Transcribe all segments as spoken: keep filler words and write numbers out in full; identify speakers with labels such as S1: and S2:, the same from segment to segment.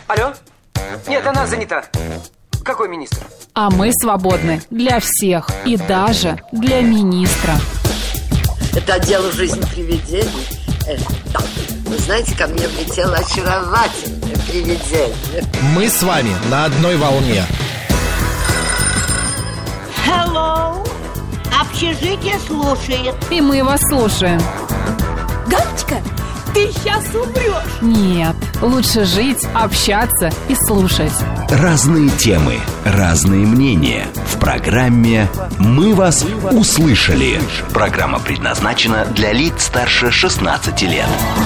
S1: Алло? Нет, она занята. Какой министр?
S2: А мы свободны для всех и даже для министра.
S3: Это отдел «Жизнь привидений». Э, да. Вы знаете, ко мне влетело очаровательное привидение.
S4: Мы с вами на одной волне.
S5: Hello. Общежитие слушает.
S2: И мы вас слушаем.
S5: Галочка, ты сейчас умрешь.
S2: Нет, лучше жить, общаться и слушать.
S6: Разные темы, разные мнения. В программе «Мы вас услышали». Программа предназначена для лиц старше шестнадцати лет.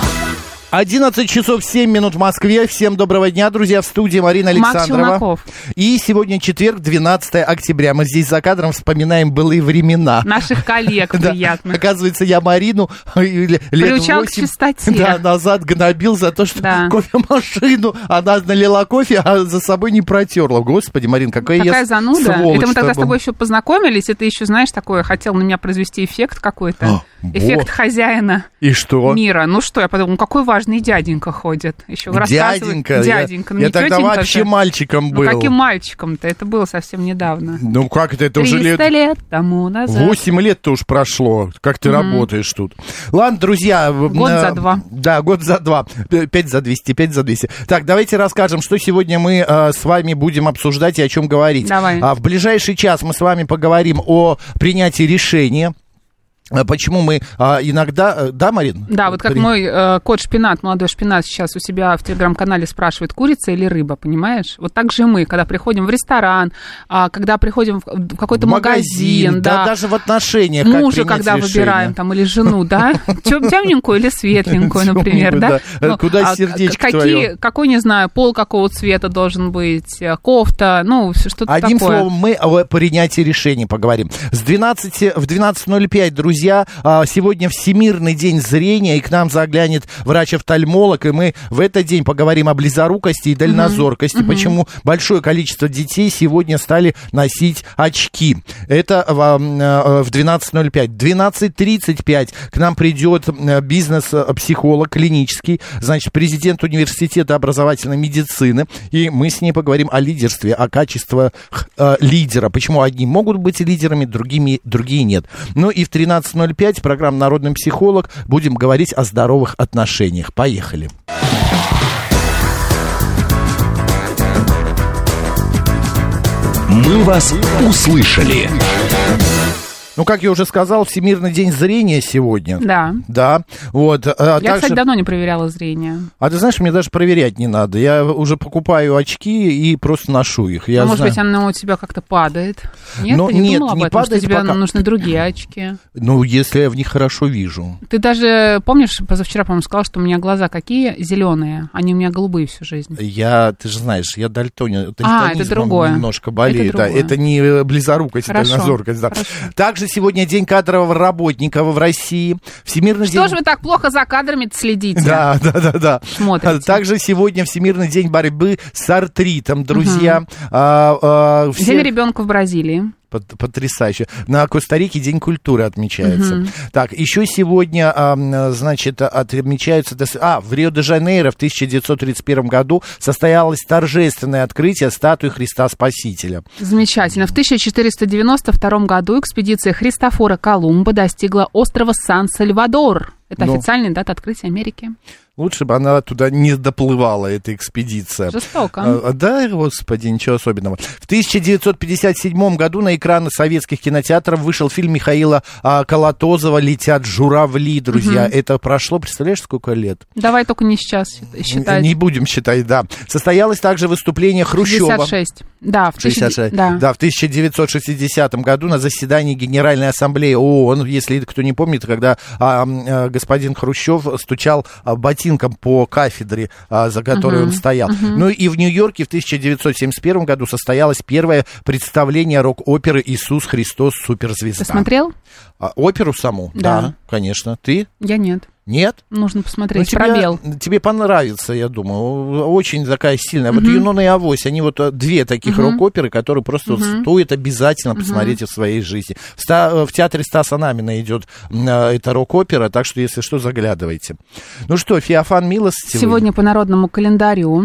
S4: одиннадцать часов семь минут в Москве. Всем доброго дня, друзья. В студии Марина Александрова. И сегодня четверг, двенадцатое октября. Мы здесь за кадром вспоминаем былые времена.
S2: Наших коллег приятных.
S4: Оказывается, я Марину лет
S2: приучал к чистоте.
S4: Да, назад гнобил за то, что
S2: да.
S4: кофемашину она налила кофе, а за собой не протерла. Господи, Марин, какая, какая я
S2: зануда.
S4: сволочь.
S2: Это мы тогда
S4: был.
S2: с тобой еще познакомились, и ты еще, знаешь, такое, хотел на меня произвести эффект какой-то.
S4: А,
S2: эффект
S4: во.
S2: хозяина
S4: и что?
S2: мира. Ну что, я подумала, какой важный дяденька ходит. Еще
S4: дяденька?
S2: Дяденька.
S4: Я,
S2: ну,
S4: я тогда вообще
S2: же.
S4: мальчиком был.
S2: Ну, каким мальчиком-то? Это было совсем недавно.
S4: Ну, как это? Это уже лет...
S2: триста лет тому назад.
S4: восемь лет-то уж прошло. Как ты mm-hmm. работаешь тут? Ладно, друзья.
S2: Год
S4: э,
S2: за два.
S4: Да, год за два. Пять за двести, пять за двести. Так, давайте расскажем, что сегодня мы э, с вами будем обсуждать и о чем говорить.
S2: Давай.
S4: А в ближайший час мы с вами поговорим о принятии решения. Почему мы а, иногда... Да, Марин?
S2: Да, вот как При... мой э, кот Шпинат, молодой Шпинат, сейчас у себя в телеграм-канале спрашивает, курица или рыба, понимаешь? Вот так же мы, когда приходим в ресторан, а, когда приходим в, в какой-то в магазин, магазин да,
S4: да, даже в отношениях.
S2: Мужа, когда решение. Выбираем, там, или жену, да? Темненькую или светленькую, например, да?
S4: Куда сердечко твое?
S2: Какой, не знаю, пол какого цвета должен быть, кофта, ну, что-то такое.
S4: Одним словом, мы о принятии решений поговорим. С двенадцати в двенадцать ноль пять, друзья, Друзья, сегодня Всемирный день зрения, и к нам заглянет врач-офтальмолог, и мы в этот день поговорим о близорукости и дальнозоркости, uh-huh. почему большое количество детей сегодня стали носить очки. Это в двенадцать ноль пять. В двенадцать тридцать пять к нам придет бизнес-психолог клинический, значит, президент университета образовательной медицины, и мы с ней поговорим о лидерстве, о качестве лидера, почему одни могут быть лидерами, другими, другие нет. Ну и в тринадцать ноль пять программа «Народный психолог». Будем говорить о здоровых отношениях. Поехали.
S6: Мы вас услышали.
S4: Ну, как я уже сказал, Всемирный день зрения сегодня.
S2: Да.
S4: Да. Вот. А,
S2: я, кстати,
S4: же...
S2: давно не проверяла зрение.
S4: А ты знаешь, мне даже проверять не надо. Я уже покупаю очки и просто ношу их. Я
S2: а может
S4: знаю.
S2: быть, оно у тебя как-то падает? Нет,
S4: Но,
S2: ты не
S4: нет,
S2: думала
S4: не
S2: об этом,
S4: падает,
S2: что тебе
S4: пока...
S2: нужны другие очки?
S4: Ну, если я в них хорошо вижу.
S2: Ты даже, помнишь, позавчера, по-моему, сказал, что у меня глаза какие? Зеленые. Они у меня голубые всю жизнь.
S4: Я, ты же знаешь, я дальтонин.
S2: А, это другое.
S4: Немножко болеет.
S2: Это,
S4: да. Это не близорукость, это дальнозоркость. Да. Также сегодня день кадрового работника в России. Всемирный
S2: Что
S4: день...
S2: же вы так плохо за кадрами следите?
S4: Да, да, да, да.
S2: Смотрите.
S4: Также сегодня Всемирный день борьбы с артритом, друзья. Угу. А, а, все...
S2: День ребенка в Бразилии.
S4: Потрясающе. На Коста-Рике День культуры отмечается. Uh-huh. Так, еще сегодня, значит, отмечаются... А, в Рио-де-Жанейро в тысяча девятьсот тридцать первом году состоялось торжественное открытие статуи Христа Спасителя.
S2: Замечательно. В тысяча четыреста девяносто втором году экспедиция Христофора Колумба достигла острова Сан-Сальвадор. Это ну, официальная дата открытия Америки.
S4: Лучше бы она туда не доплывала, эта экспедиция.
S2: Жестоко.
S4: А, да, господи, ничего особенного. В тысяча девятьсот пятьдесят седьмом году на экраны советских кинотеатров вышел фильм Михаила а, Колотозова «Летят журавли», друзья. Угу. Это прошло, представляешь, сколько лет?
S2: Давай только не сейчас считать.
S4: Не будем считать, да. Состоялось также выступление Хрущева.
S2: шестьдесят шесть. Да, в,
S4: шестьдесят шесть.
S2: Да.
S4: Да, в тысяча девятьсот шестидесятом году на заседании Генеральной Ассамблеи ООН, если кто не помнит, когда а, а, господин Хрущев стучал а, ботинком по кафедре, а, за которой uh-huh, он стоял. Uh-huh. Ну и в Нью-Йорке в тысяча девятьсот семьдесят первом году состоялось первое представление рок-оперы «Иисус Христос. Суперзвезда».
S2: Ты смотрел?
S4: А, оперу саму?
S2: Да.
S4: Да, конечно. Ты?
S2: Я нет.
S4: Нет?
S2: Нужно посмотреть.
S4: Ну,
S2: Пробел.
S4: Тебе, тебе понравится, я думаю. Очень такая сильная. Uh-huh. Вот «Юнона и Авось», они вот две таких uh-huh. рок-оперы, которые просто uh-huh. стоит обязательно uh-huh. посмотреть в своей жизни. В, ста- в театре Стаса Намина идет эта рок-опера, так что, если что, заглядывайте. Ну что, Феофан Милостивый.
S2: Сегодня по народному календарю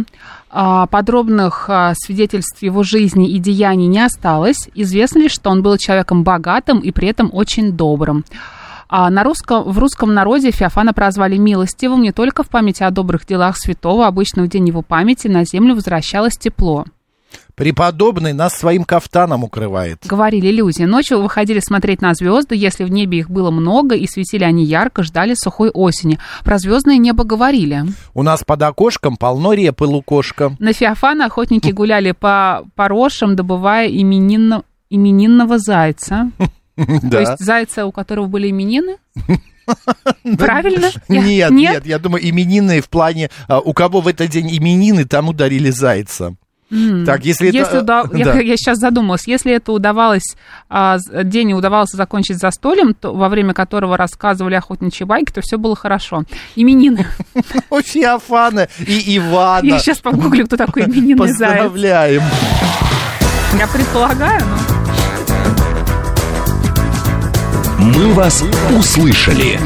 S2: Подробных свидетельств его жизни и деяний не осталось. Известно лишь, что он был человеком богатым и при этом очень добрым. А на русском, в русском народе Феофана прозвали милостивым не только в памяти о добрых делах святого, обычно в день его памяти на землю возвращалось тепло.
S4: Преподобный нас своим кафтаном укрывает.
S2: Говорили люди. Ночью выходили смотреть на звезды, если в небе их было много и светили они ярко, ждали сухой осени. Про звездное небо говорили.
S4: У нас под окошком полно репы лукошка.
S2: На Феофана охотники гуляли по порошам, добывая именинно, именинного зайца. То есть зайца, у которого были именины? Правильно?
S4: Нет, нет, я думаю, именинные в плане, у кого в этот день именины, тому дарили зайца.
S2: Mm. Так, если, если это... Удав... Да. Я, я сейчас задумалась, если это удавалось, а, день удавалось закончить застольем, то, во время которого рассказывали охотничьи байки, то все было хорошо. Именины.
S4: У Феофана и Ивана.
S2: Я сейчас погуглю, кто такой именинный заяц.
S4: Поздравляем.
S2: Я предполагаю, но...
S6: Мы вас услышали.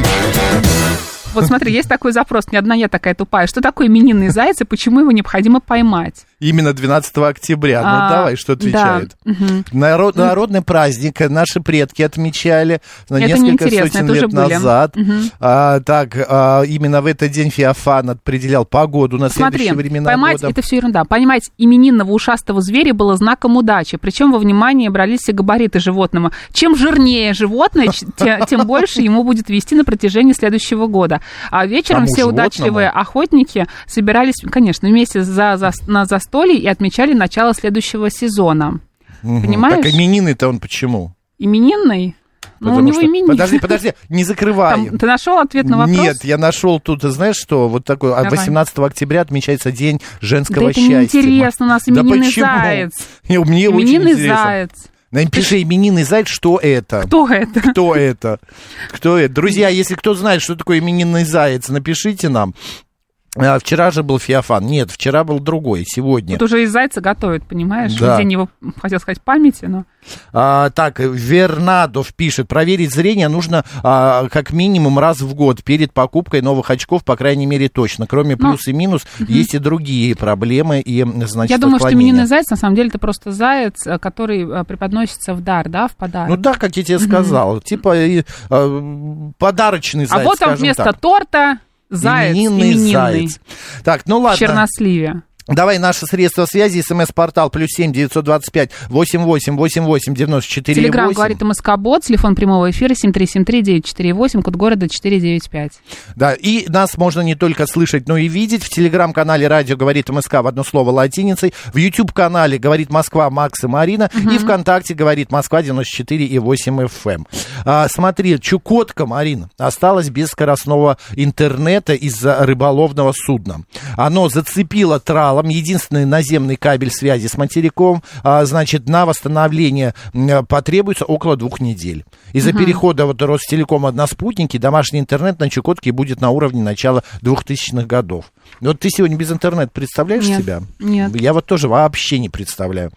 S2: Вот смотри, есть такой запрос, не одна я такая тупая. Что такое именинный заяц и почему его необходимо поймать?
S4: Именно двенадцатого октября. Ну, а, давай, что отвечает. Да. Угу. Народ, народный праздник. Наши предки отмечали это несколько сотен лет назад. Угу. А, так, а, именно в этот день Феофан определял погоду на
S2: Смотри,
S4: следующие времена
S2: поймать,
S4: года.
S2: Это все ерунда. Поймать именинного ушастого зверя было знаком удачи. Причем во внимание брались все габариты животного. Чем жирнее животное, тем больше ему будет вести на протяжении следующего года. А вечером все удачливые охотники собирались, конечно, вместе за, за, на застолье и отмечали начало следующего сезона. Угу. Понимаешь?
S4: Так именины-то он почему?
S2: Именинный? Ну, у него
S4: что...
S2: именины.
S4: Подожди, подожди, не закрывай.
S2: Там, ты нашел ответ на вопрос?
S4: Нет, я нашел тут, знаешь что, вот такой, Давай. восемнадцатого октября отмечается День женского
S2: да это
S4: счастья.
S2: Это неинтересно, у нас именинный
S4: да
S2: заяц.
S4: Мне
S2: именинный
S4: очень интересно.
S2: заяц.
S4: Напиши именинный заяц, что это?
S2: Кто это?
S4: Кто это? Кто это? Друзья, если кто знает, что такое именинный заяц, напишите нам. А, вчера же был Феофан. Нет, вчера был другой, сегодня.
S2: Тут уже из зайца готовят, понимаешь?
S4: Да.
S2: В день его, хотел сказать, памяти, но...
S4: А, так, Вернадов пишет, проверить зрение нужно а, как минимум раз в год перед покупкой новых очков, по крайней мере, точно. Кроме но... плюс и минус, угу. есть и другие проблемы и, значит,
S2: Я думаю, что
S4: отклонения.
S2: именинный заяц, на самом деле, это просто заяц, который преподносится в дар, да, в подарок.
S4: Ну да, как я тебе угу. сказал, типа и, а, подарочный заяц,
S2: А вот он вместо
S4: так.
S2: торта... Заяц,
S4: именинный,
S2: именинный
S4: заяц. Так, ну ладно.
S2: В черносливе.
S4: Давай наши средства связи, смс-портал плюс семь девятьсот двадцать пять восемьдесят восемь восемьдесят восемь девяносто четыре восемь.
S2: Телеграм говорит МСК-бот, телефон прямого эфира семь три семь три девять четыре восемь, код города четыре девять пять.
S4: Да, и нас можно не только слышать, но и видеть. В телеграм-канале радио говорит МСК в одно слово латиницей, в YouTube-канале говорит Москва Макс и Марина, угу. и ВКонтакте говорит Москва девяносто четыре и восемь эф эм. А, смотри, Чукотка, Марина, осталась без скоростного интернета из-за рыболовного судна. Оно зацепило трал единственный наземный кабель связи с материком, а, значит, на восстановление потребуется около двух недель. Из-за uh-huh. перехода вот Ростелекома на спутники домашний интернет на Чукотке будет на уровне начала двухтысячных годов. Вот ты сегодня без интернета представляешь
S2: нет,
S4: себя?
S2: Нет.
S4: Я вот тоже вообще не представляю.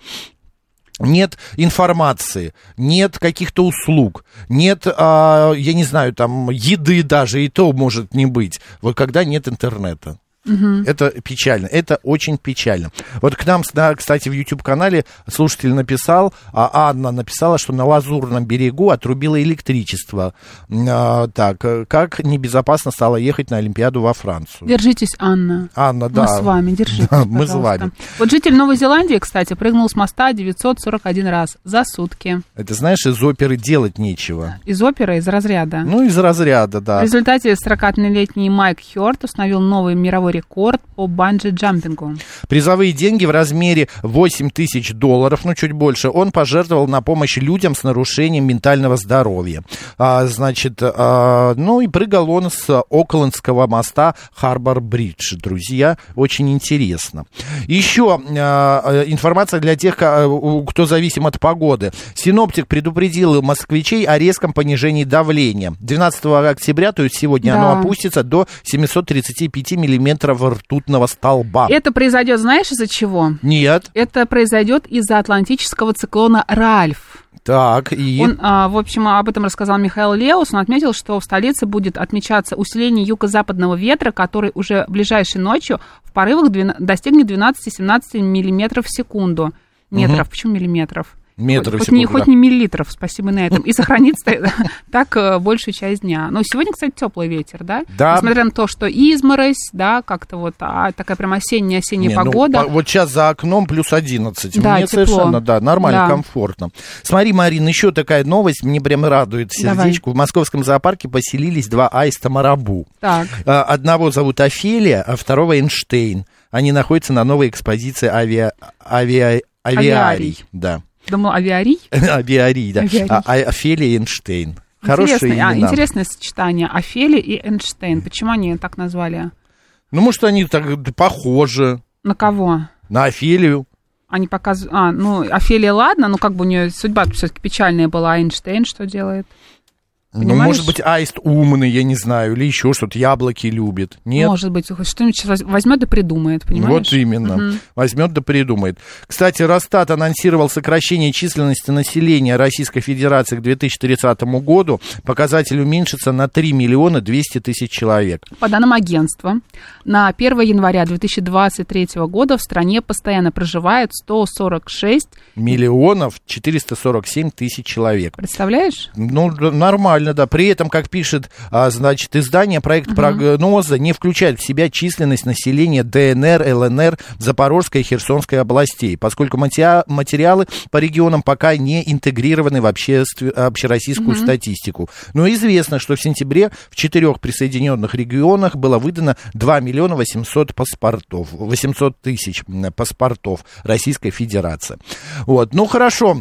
S4: Нет информации, нет каких-то услуг, нет, а, я не знаю, там, еды даже, и то может не быть. Вот когда нет интернета. Угу. Это печально, это очень печально. Вот к нам, кстати, в YouTube-канале слушатель написал, а Анна написала, что на Лазурном берегу отрубило электричество. А, так, как небезопасно стало ехать на Олимпиаду во Францию.
S2: Держитесь, Анна.
S4: Анна, да.
S2: Мы с вами, держитесь,
S4: да,
S2: мы
S4: с вами.
S2: Вот житель Новой Зеландии, кстати, прыгнул с моста девятьсот сорок один раз за сутки.
S4: Это, знаешь, из оперы делать нечего.
S2: Из оперы, из разряда.
S4: Ну, из разряда, да.
S2: В результате сорокалетний Майк Хёрд установил новый мировой рекорд по банджи-джампингу.
S4: Призовые деньги в размере восемь тысяч долларов, ну, чуть больше, он пожертвовал на помощь людям с нарушением ментального здоровья. А, значит, а, ну, и прыгал он с Оклендского моста Харбор-Бридж, друзья, очень интересно. Еще а, информация для тех, кто зависим от погоды. Синоптик предупредил москвичей о резком понижении давления. двенадцатого октября, то есть сегодня, да. оно опустится до семьсот тридцать пять миллиметров ртутного столба.
S2: Это произойдет, знаешь, из-за чего?
S4: Нет.
S2: Это произойдет из-за атлантического циклона Ральф.
S4: Так, и...
S2: Он, а, в общем, об этом рассказал Михаил Леус. Он отметил, что в столице будет отмечаться усиление юго-западного ветра, который уже ближайшей ночью в порывах двенадцать, достигнет двенадцать-семнадцать миллиметров в секунду. Метров, угу. Почему миллиметров?
S4: Метров
S2: хоть, не, хоть не миллилитров, спасибо на этом. И сохранится так большую часть дня. Но сегодня, кстати, теплый ветер, да?
S4: Да.
S2: Несмотря на то, что изморозь, да, как-то вот а, такая прям осенняя-осенняя
S4: не,
S2: погода.
S4: Ну, вот сейчас за окном плюс одиннадцать.
S2: Да,
S4: мне
S2: тепло.
S4: Совершенно, да, нормально,
S2: да.
S4: комфортно. Смотри, Марин, еще такая новость, мне прям радует сердечко. Давай. В московском зоопарке поселились два аиста марабу.
S2: Так.
S4: Одного зовут Офелия, а второго Эйнштейн. Они находятся на новой экспозиции авиа... авиа... авиарий. авиарий. Да.
S2: Думал, авиарий?
S4: Авиарий, да. Авиарий. А, а, Офелия и Эйнштейн. Хорошие имена.
S2: А, интересное сочетание. Офелия и Эйнштейн. Почему они так назвали?
S4: Ну, может, они так похожи.
S2: На кого?
S4: На Офелию.
S2: Они показывают... А, ну, Офелия, ладно, но как бы у нее судьба все-таки печальная была. А Эйнштейн что делает? Понимаешь?
S4: Ну, может быть, аист умный, я не знаю, или еще что-то, яблоки любит. Нет?
S2: Может быть, что-нибудь сейчас возьмет и придумает, понимаешь?
S4: Вот именно, угу. возьмет да придумает. Кстати, Росстат анонсировал сокращение численности населения Российской Федерации к две тысячи тридцатому году. Показатель уменьшится на три миллиона двести тысяч человек.
S2: По данным агентства, на первое января две тысячи двадцать третьего года в стране постоянно проживает сто сорок шесть
S4: миллионов четыреста сорок семь тысяч человек.
S2: Представляешь?
S4: Ну, нормально. Да. При этом, как пишет, значит, издание, проект uh-huh. прогноза не включает в себя численность населения ДНР, ЛНР, Запорожской и Херсонской областей, поскольку материалы по регионам пока не интегрированы в обществе, общероссийскую uh-huh. статистику. Но известно, что в сентябре в четырех присоединенных регионах было выдано два миллиона восемьсот паспортов, восемьсот тысяч паспортов Российской Федерации. Вот. Ну, хорошо.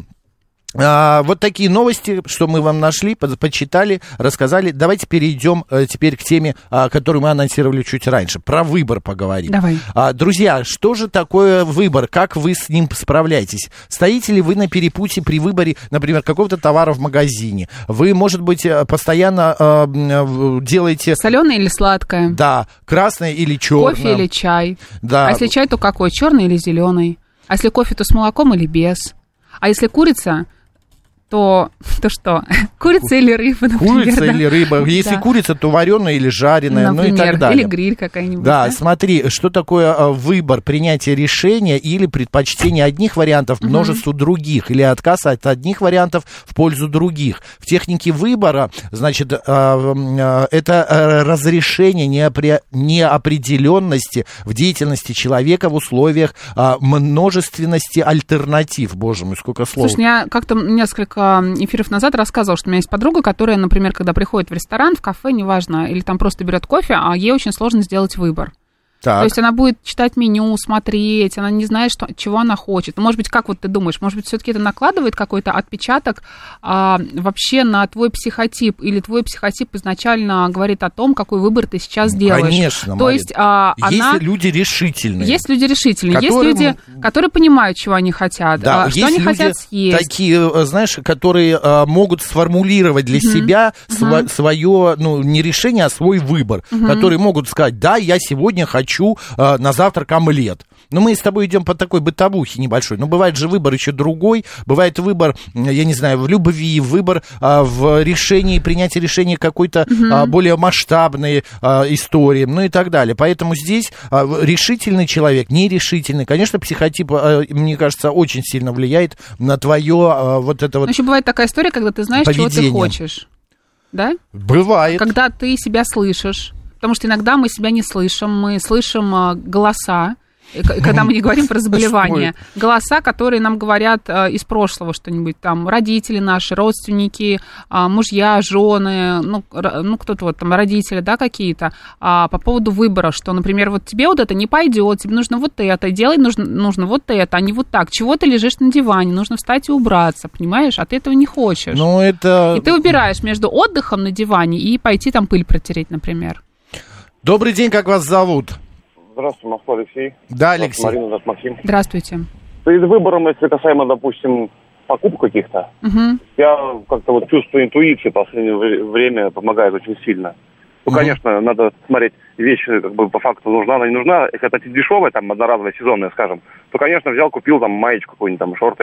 S4: А, вот такие новости, что мы вам нашли, почитали, рассказали. Давайте перейдем а, теперь к теме, а, которую мы анонсировали чуть раньше. Про выбор поговорим.
S2: Давай.
S4: А, друзья, что же такое выбор? Как вы с ним справляетесь? Стоите ли вы на перепутье при выборе, например, какого-то товара в магазине? Вы, может быть, постоянно а, делаете...
S2: Соленое или сладкое?
S4: Да, красное или черное.
S2: Кофе или чай.
S4: Да.
S2: А если чай, то какой? Черный или зеленый? А если кофе, то с молоком или без? А если курица... То, то что? Курица или рыба, например?
S4: Курица
S2: да?
S4: или рыба. Если да. курица, то вареная или жареная, например, ну и так далее.
S2: Или гриль какая-нибудь.
S4: Да,
S2: да,
S4: смотри, что такое выбор, принятие решения или предпочтение одних вариантов uh-huh. множеству других, или отказ от одних вариантов в пользу других. В технике выбора, значит, это разрешение неопределенности в деятельности человека в условиях множественности альтернатив. Боже мой, сколько слов.
S2: Слушай, я как-то несколько эфиров назад рассказывала, что у меня есть подруга, которая, например, когда приходит в ресторан, в кафе, неважно, или там просто берет кофе, а ей очень сложно сделать выбор. Так. То есть она будет читать меню, смотреть, она не знает, что, чего она хочет. Может быть, как вот ты думаешь, может быть, все-таки это накладывает какой-то отпечаток а, вообще на твой психотип, или твой психотип изначально говорит о том, какой выбор ты сейчас делаешь.
S4: Конечно,
S2: То
S4: Марин.
S2: есть а,
S4: есть
S2: она...
S4: люди решительные.
S2: Есть люди решительные,
S4: которые...
S2: есть люди, которые понимают, чего они хотят,
S4: да,
S2: а, что они хотят съесть.
S4: Такие, знаешь, которые а, могут сформулировать для uh-huh. себя uh-huh. Сво- свое, ну, не решение, а свой выбор, uh-huh. которые могут сказать, да, я сегодня хочу а, на завтрак омлет. Но мы с тобой идем по такой бытовухе небольшой. Но бывает же выбор еще другой. Бывает выбор, я не знаю, в любви, выбор а, в решении, принятии решения какой-то uh-huh. а, более масштабной а, истории, ну и так далее. Поэтому здесь а, решительный человек, нерешительный. Конечно, психотип, а, мне кажется, очень сильно влияет на твое а, вот это вот.
S2: Но еще бывает такая история, когда ты знаешь, поведение. Чего ты хочешь. Да?
S4: Бывает.
S2: Когда ты себя слышишь. Потому что иногда мы себя не слышим, мы слышим а, голоса, когда мы не говорим про заболевания. Голоса, которые нам говорят а, из прошлого что-нибудь, там, родители наши, родственники, а, мужья, жены, ну, р- ну, кто-то вот там, родители, да, какие-то, а, по поводу выбора, что, например, вот тебе вот это не пойдет, тебе нужно вот это, делать нужно, нужно вот это, а не вот так. Чего ты лежишь на диване, нужно встать и убраться, понимаешь? А ты этого не хочешь.
S4: Ну, это...
S2: И ты выбираешь между отдыхом на диване и пойти там пыль протереть, например.
S4: Добрый день, как вас зовут?
S7: Здравствуйте, Москва, Алексей.
S4: Да, Алексей.
S7: Марина, здравствуйте, Максим.
S2: Здравствуйте.
S7: Перед выбором, если касаемо, допустим, покупок каких-то, угу. я как-то вот чувствую интуицию в последнее время помогает очень сильно. Ну, угу. конечно, надо смотреть вещи, как бы по факту нужна она, не нужна. Если это дешевая, там, одноразовая, сезонная, скажем, то, конечно, взял, купил там маечку какую-нибудь, там, шорты.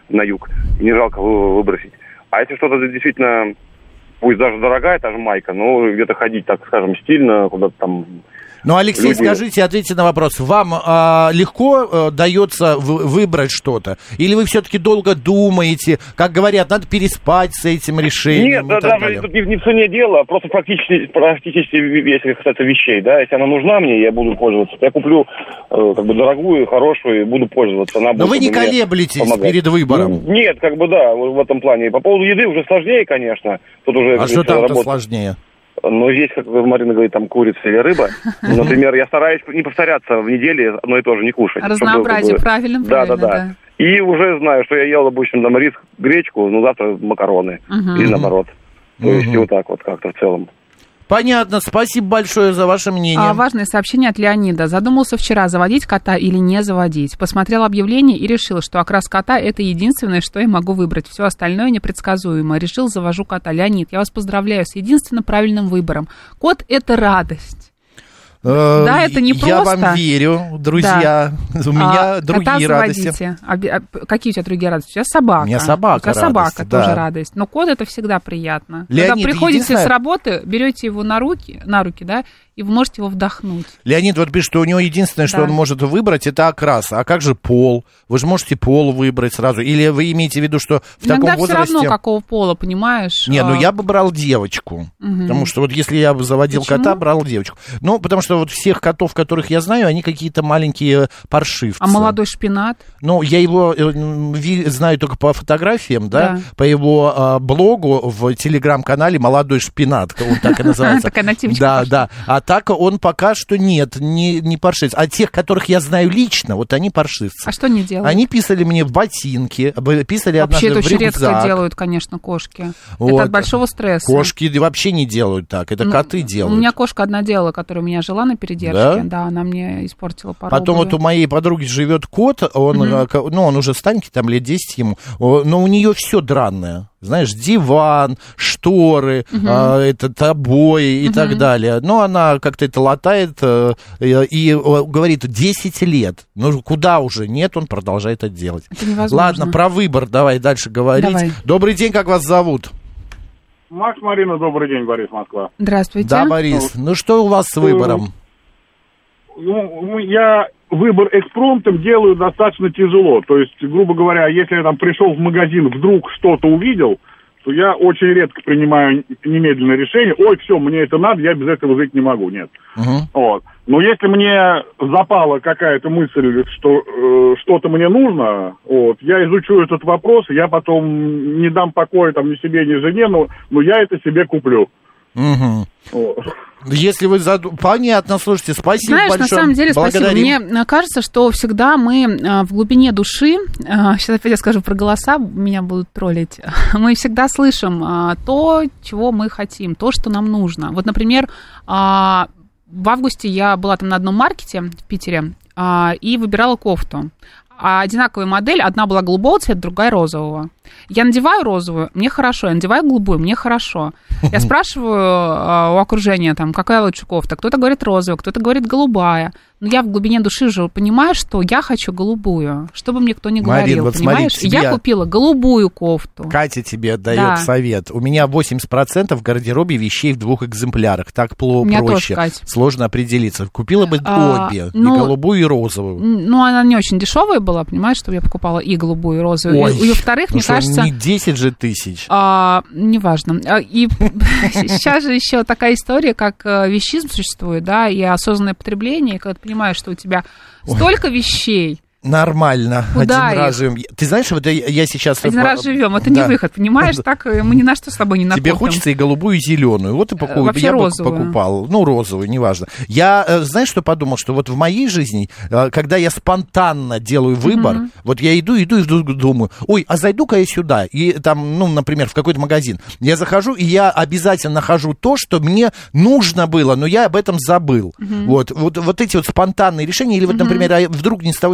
S7: на юг, и не жалко выбросить. А если что-то действительно, пусть даже дорогая та же майка, но где-то ходить, так скажем, стильно, куда-то там...
S4: Ну, Алексей, люди... скажите, ответьте на вопрос. Вам а, легко а, дается в, выбрать что-то? Или вы все-таки долго думаете? Как говорят, надо переспать с этим решением?
S7: Нет, да, даже тут не, не в цене дело, просто практически, практически, если касается вещей, да, если она нужна мне, я буду пользоваться, я куплю э, как бы дорогую, хорошую, и буду пользоваться. Она
S4: Но
S7: будет,
S4: вы не колеблетесь помогать перед выбором?
S7: Ну, нет, как бы да, в этом плане. По поводу еды уже сложнее, конечно. Тут уже,
S4: а что там-то работа... сложнее?
S7: Но здесь, как Марина говорит, там курица или рыба. Например, я стараюсь не повторяться в неделе, одно и то же не кушать.
S2: Разнообразие, чтобы... правильно,
S7: да,
S2: правильно,
S7: да, да, да. И уже знаю, что я ел, допустим, там рис, гречку, но завтра макароны. Uh-huh. Или наоборот. То uh-huh. есть вот так вот как-то в целом.
S4: Понятно, спасибо большое за ваше мнение.
S2: А, важное сообщение от Леонида. Задумался вчера, заводить кота или не заводить. Посмотрел объявление и решил, что окрас кота – это единственное, что я могу выбрать. Все остальное непредсказуемо. Решил, завожу кота. Леонид, я вас поздравляю с единственно правильным выбором. Кот – это радость. Да, это не просто.
S4: Я вам верю, друзья. Да. У меня а, другие радости.
S2: А, а, какие у тебя другие радости? У тебя собака.
S4: У меня собака.
S2: У тебя
S4: радость,
S2: собака
S4: да.
S2: тоже радость. Но кот это всегда приятно.
S4: Леонид,
S2: когда приходите
S4: единственное...
S2: с работы, берете его на руки, на руки, да, и вы можете его вдохнуть.
S4: Леонид вот пишет, что у него единственное, что да. он может выбрать, это окрас. А как же пол? Вы же можете пол выбрать сразу. Или вы имеете в виду, что в
S2: Иногда
S4: таком возрасте...
S2: все равно какого пола, понимаешь?
S4: Не, ну я бы брал девочку. Угу. Потому что вот если я бы заводил Почему? кота, брал девочку. Ну, потому что вот всех котов, которых я знаю, они какие-то маленькие паршивцы.
S2: А молодой шпинат?
S4: Ну, я его знаю только по фотографиям, да, да. по его а, блогу в телеграм-канале «Молодой шпинат», он так и называется.
S2: Такая нативочка.
S4: Да, да. А так он пока что нет, не, не паршивец. А тех, которых я знаю лично, вот они паршивцы.
S2: А что они делают?
S4: Они писали мне в ботинки, писали однажды в рюкзак.
S2: Вообще это очень редко делают, конечно, кошки. Вот. Это от большого стресса.
S4: Кошки вообще не делают так, это коты делают.
S2: У меня кошка одна делала, которая у меня жила на передержке. Да, да она мне испортила пару
S4: Потом обуви. Вот у моей подруги живет кот, он, mm-hmm. ну, он уже старенький, там лет десять ему, но у нее все дранное. Знаешь, диван, шторы, uh-huh. а, этот обои и uh-huh. так далее. Но она как-то это латает а, и, и говорит, десять лет. Ну, куда уже? Нет, он продолжает это делать.
S2: Это невозможно.
S4: Ладно, про выбор давай дальше говорить. Давай. Добрый день, как вас зовут?
S8: Макс, Марина, добрый день, Борис, Москва.
S2: Здравствуйте.
S4: Да, Борис. Ну, что у вас с выбором?
S8: Ну, я выбор экспромтом делаю достаточно тяжело. То есть, грубо говоря, если я там пришел в магазин, вдруг что-то увидел, то я очень редко принимаю немедленное решение. Ой, все, мне это надо, я без этого жить не могу. Нет. Uh-huh. Вот. Но если мне запала какая-то мысль, что э, что-то мне нужно, вот, я изучу этот вопрос, я потом не дам покоя там ни себе, ни жене, но, но я это себе куплю.
S4: Угу. Вот. Если вы заду... Понятно, слушайте, спасибо
S2: Знаешь,
S4: большое.
S2: на самом деле,
S4: Благодарим.
S2: Спасибо. Мне кажется, что всегда мы в глубине души, сейчас опять я скажу про голоса, меня будут троллить, мы всегда слышим то, чего мы хотим, то, что нам нужно. Вот, например, в августе я была там на одном маркете в Питере и выбирала кофту. А одинаковая модель, одна была голубого цвета, другая розового. Я надеваю розовую, мне хорошо, я надеваю голубую, мне хорошо. Я спрашиваю а, у окружения, там, какая лучше кофта. Кто-то говорит розовая, кто-то говорит голубая. Но я в глубине души уже понимаю, что я хочу голубую, что бы мне кто ни говорил,
S4: Марин, вот
S2: понимаешь?
S4: Смотри, тебя...
S2: Я купила голубую кофту.
S4: Катя тебе дает
S2: да.
S4: совет. У меня восемьдесят процентов в гардеробе вещей в двух экземплярах. Так пло- проще. Тоже, сложно определиться. Купила бы а, обе, ну, и голубую, и розовую.
S2: Ну, она не очень дешевая была, понимаешь, чтобы я покупала и голубую, и розовую. Ой, и, и во-вторых, ну мне
S4: что,
S2: кажется...
S4: не десять же тысяч.
S2: А, неважно. И сейчас же еще такая история, как вещизм существует, да, и осознанное потребление, и когда ты понимаешь, что у тебя столько вещей.
S4: Нормально.
S2: Куда
S4: один
S2: их?
S4: раз живем. Ты знаешь, вот я, я сейчас...
S2: Один раз живем, это да. не выход, понимаешь? Так мы ни на что с тобой не накопим.
S4: Тебе хочется и голубую, и зеленую. Вот и покуп...
S2: Вообще
S4: я
S2: розовую.
S4: покупал. Ну, розовую, неважно. Я, знаешь, что подумал? Что вот в моей жизни, когда я спонтанно делаю выбор, mm-hmm. вот я иду, иду и вдруг думаю, ой, а зайду-ка я сюда, и там, ну, например, в какой-то магазин. Я захожу, и я обязательно нахожу то, что мне нужно было, но я об этом забыл. Mm-hmm. Вот, вот, вот эти вот спонтанные решения, или вот, mm-hmm. например, вдруг ни с того ни с сего звонит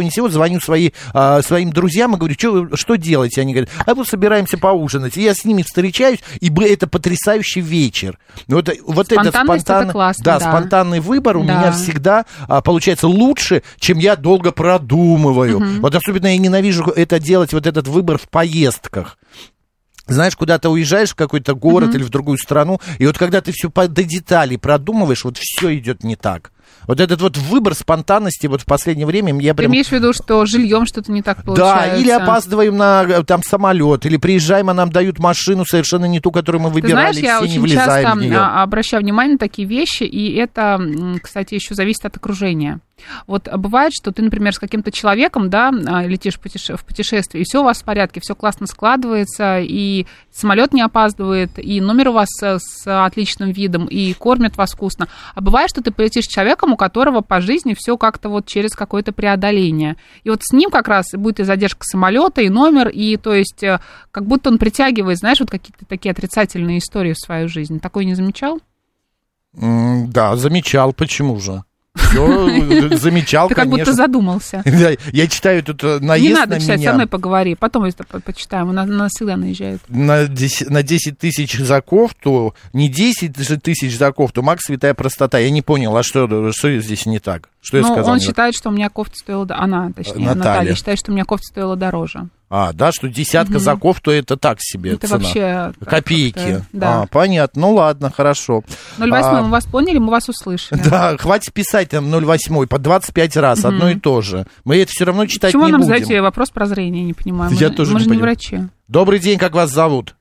S4: звоню свои, а, своим друзьям и говорю, что, что делать? Они говорят, а мы собираемся поужинать. И я с ними встречаюсь, и это потрясающий вечер. Вот, вот этот спонтанный,
S2: классно,
S4: да,
S2: да.
S4: спонтанный выбор у
S2: да.
S4: меня всегда а, получается лучше, чем я долго продумываю. Угу. Вот особенно я ненавижу это делать, вот этот выбор в поездках. Знаешь, куда ты уезжаешь в какой-то город mm-hmm. или в другую страну, и вот когда ты все до деталей продумываешь, вот все идет не так. Вот этот вот выбор спонтанности вот в последнее время я прям...
S2: Ты имеешь в виду, что жильем что-то не так получается?
S4: Да, или опаздываем на там самолет, или приезжаем, а нам дают машину совершенно не ту, которую мы выбирали,
S2: Ты знаешь,
S4: все
S2: я
S4: не
S2: очень
S4: влезаем
S2: часто
S4: в нее.
S2: обращаю внимание на такие вещи, и это, кстати, еще зависит от окружения. Вот бывает, что ты, например, с каким-то человеком, да, летишь в путешествие, и все у вас в порядке, все классно складывается, и самолет не опаздывает, и номер у вас с отличным видом, и кормят вас вкусно. А бывает, что ты полетишь с человеком, у которого по жизни все как-то вот через какое-то преодоление. И вот с ним как раз будет и задержка самолета, и номер, и то есть как будто он притягивает, знаешь, вот какие-то такие отрицательные истории в свою жизнь. Такое не замечал?
S4: Mm, да, замечал. Почему же? Все, замечал,
S2: Ты как
S4: конечно.
S2: будто задумался.
S4: Я читаю тут наезд на меня.
S2: Не надо читать, со мной поговори. Потом это почитаем. У нас, у нас всегда наезжают.
S4: На десять, на десять тысяч за кофту, не десять тысяч за кофту, Макс, святая простота. Я не понял, а что, что здесь не так? Что
S2: ну,
S4: я сказал?
S2: Он считает, что у меня кофта стоила... Она, точнее,
S4: Наталья.
S2: Наталья считает, что у меня кофта стоила дороже.
S4: А, да, что десятка угу. за кофту это так себе
S2: это
S4: цена.
S2: Вообще
S4: копейки.
S2: Да.
S4: А, понятно. Ну ладно, хорошо.
S2: ноль восемь, а, мы вас поняли, мы вас услышали.
S4: Да, хватит писать там ноль восемь по двадцать пять раз, угу. одно и то же. Мы это все равно читать
S2: Почему
S4: не
S2: нам
S4: будем.
S2: Почему нам задаете вопрос про зрение, не понимаю.
S4: Я
S2: мы
S4: тоже
S2: мы
S4: не
S2: же
S4: понимаю.
S2: не врачи.
S4: Добрый день, как вас зовут?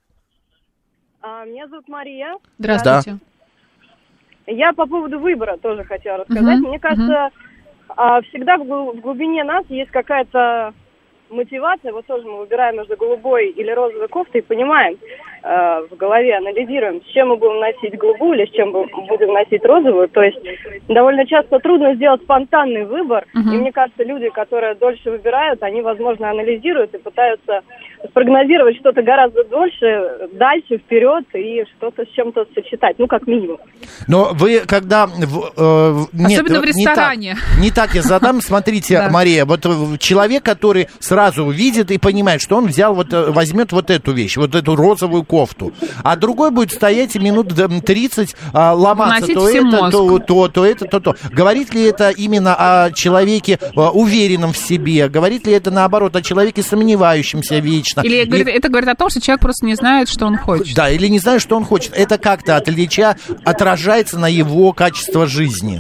S9: А, меня зовут Мария.
S2: Здравствуйте.
S9: Да. Я по поводу выбора тоже хотела рассказать. Угу. Мне кажется, угу. всегда в глубине нас есть какая-то мотивация. Вот тоже мы выбираем между голубой или розовой кофтой и понимаем, э, в голове анализируем, с чем мы будем носить голубую или с чем мы будем носить розовую. То есть довольно часто трудно сделать спонтанный выбор. Uh-huh. И мне кажется, люди, которые дольше выбирают, они, возможно, анализируют и пытаются спрогнозировать что-то гораздо дольше, дальше, вперед и что-то с чем-то сочетать. Ну, как минимум.
S4: Но вы, когда... Э, нет,
S2: особенно в ресторане.
S4: Не так, не так я задам. Смотрите, Мария, вот человек, который сразу увидит и понимает, что он взял, вот, возьмет вот эту вещь, вот эту розовую кофту, а другой будет стоять минут тридцать, ломаться то это, то, то, то это, то, то. Говорит ли это именно о человеке уверенном в себе? Говорит ли это, наоборот, о человеке сомневающемся вечно?
S2: Или
S4: и...
S2: говорит, это говорит о том, что человек просто не знает, что он хочет.
S4: Да, или не знает, что он хочет. Это как-то отлича... отражается на его качество жизни.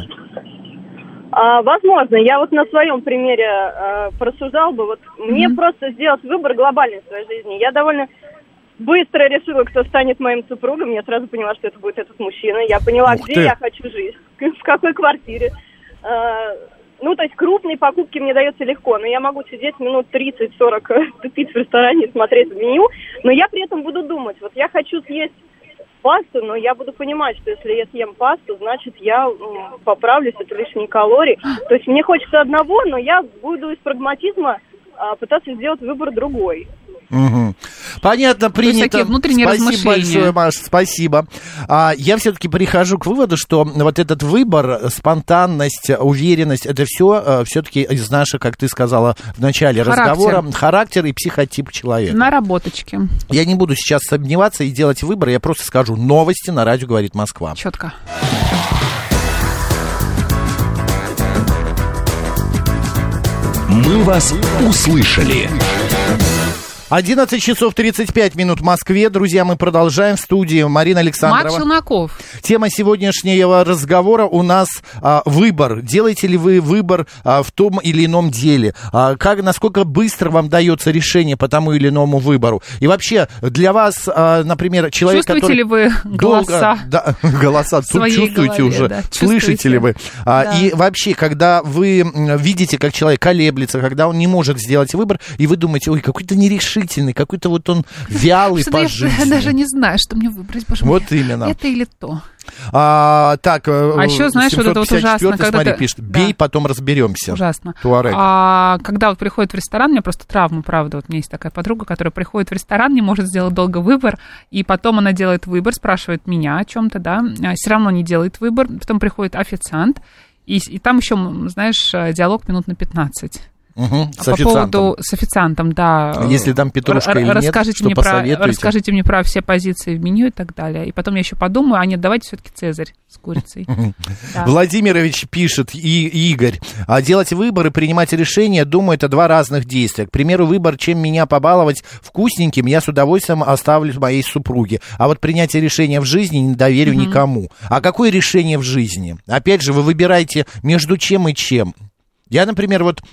S9: А, возможно. Я вот на своем примере а, просуждал бы. Вот mm-hmm. мне просто сделать выбор глобальный в своей жизни. Я довольно быстро решила, кто станет моим супругом. Я сразу поняла, что это будет этот мужчина. Я поняла,
S4: Ух
S9: где
S4: ты.
S9: я хочу жить, в какой квартире. А, ну, то есть крупные покупки мне даются легко. Но я могу сидеть минут тридцать-сорок, тупить в ресторане и смотреть меню. Но я при этом буду думать. Вот я хочу съесть пасту, но я буду понимать, что если я съем пасту, значит, я м, поправлюсь, это лишние калории. То есть мне хочется одного, но я буду из прагматизма а, пытаться сделать выбор другой.
S4: Угу. Понятно, принято. Спасибо большое, Маш, спасибо. А, я все-таки прихожу к выводу, что вот этот выбор, спонтанность, уверенность, это все все-таки из наших, как ты сказала в начале характер. разговора, характер и психотип человека.
S2: Наработочки.
S4: Я не буду сейчас сомневаться и делать выбор, я просто скажу новости на радио «Говорит Москва».
S2: Четко.
S6: Мы вас услышали.
S4: одиннадцать часов тридцать пять минут в Москве. Друзья, мы продолжаем в студии. Марина Александрова.
S2: Мак Челноков.
S4: Тема сегодняшнего разговора у нас а, выбор. Делаете ли вы выбор а, в том или ином деле? А, как, насколько быстро вам дается решение по тому или иному выбору? И вообще, для вас, а, например, человек,
S2: чувствуете
S4: который...
S2: ли вы голоса?
S4: Долго, да, голоса. Тут чувствуете голове, уже? Да, слышите ли вы? А, да. И вообще, когда вы видите, как человек колеблется, когда он не может сделать выбор, и вы думаете, ой, какой-то нерешительный, какой-то вот он вялый
S2: что-то
S4: по жизни.
S2: Я даже не знаю, что мне выбрать, боже мой.
S4: Вот именно.
S2: Это или то.
S4: А, так,
S2: а еще, знаешь, вот это вот ужасно. Когда
S4: смотри,
S2: ты...
S4: пишет, бей, да. потом разберемся.
S2: Ужасно.
S4: Туарек.
S2: А когда вот приходит в ресторан, у меня просто травма, правда, вот у меня есть такая подруга, которая приходит в ресторан, не может сделать долго выбор, и потом она делает выбор, спрашивает меня о чем-то, да, а все равно не делает выбор, потом приходит официант, и, и там еще, знаешь, диалог минут на пятнадцать.
S4: Угу, с
S2: по
S4: официантом.
S2: поводу с официантом, да.
S4: Если там петрушка
S2: Р-
S4: или нет,
S2: расскажите
S4: что
S2: мне про,
S4: посоветуете?
S2: расскажите мне про все позиции в меню и так далее. И потом я еще подумаю, а нет, давайте все-таки цезарь с курицей.
S4: Владимирович пишет, и Игорь, а делать выбор и принимать решения, думаю, это два разных действия. К примеру, выбор, чем меня побаловать вкусненьким, я с удовольствием оставлю моей супруге. А вот принятие решения в жизни не доверю mm-hmm. никому. А какое решение в жизни? Опять же, вы выбираете между чем и чем. Я, например, вот...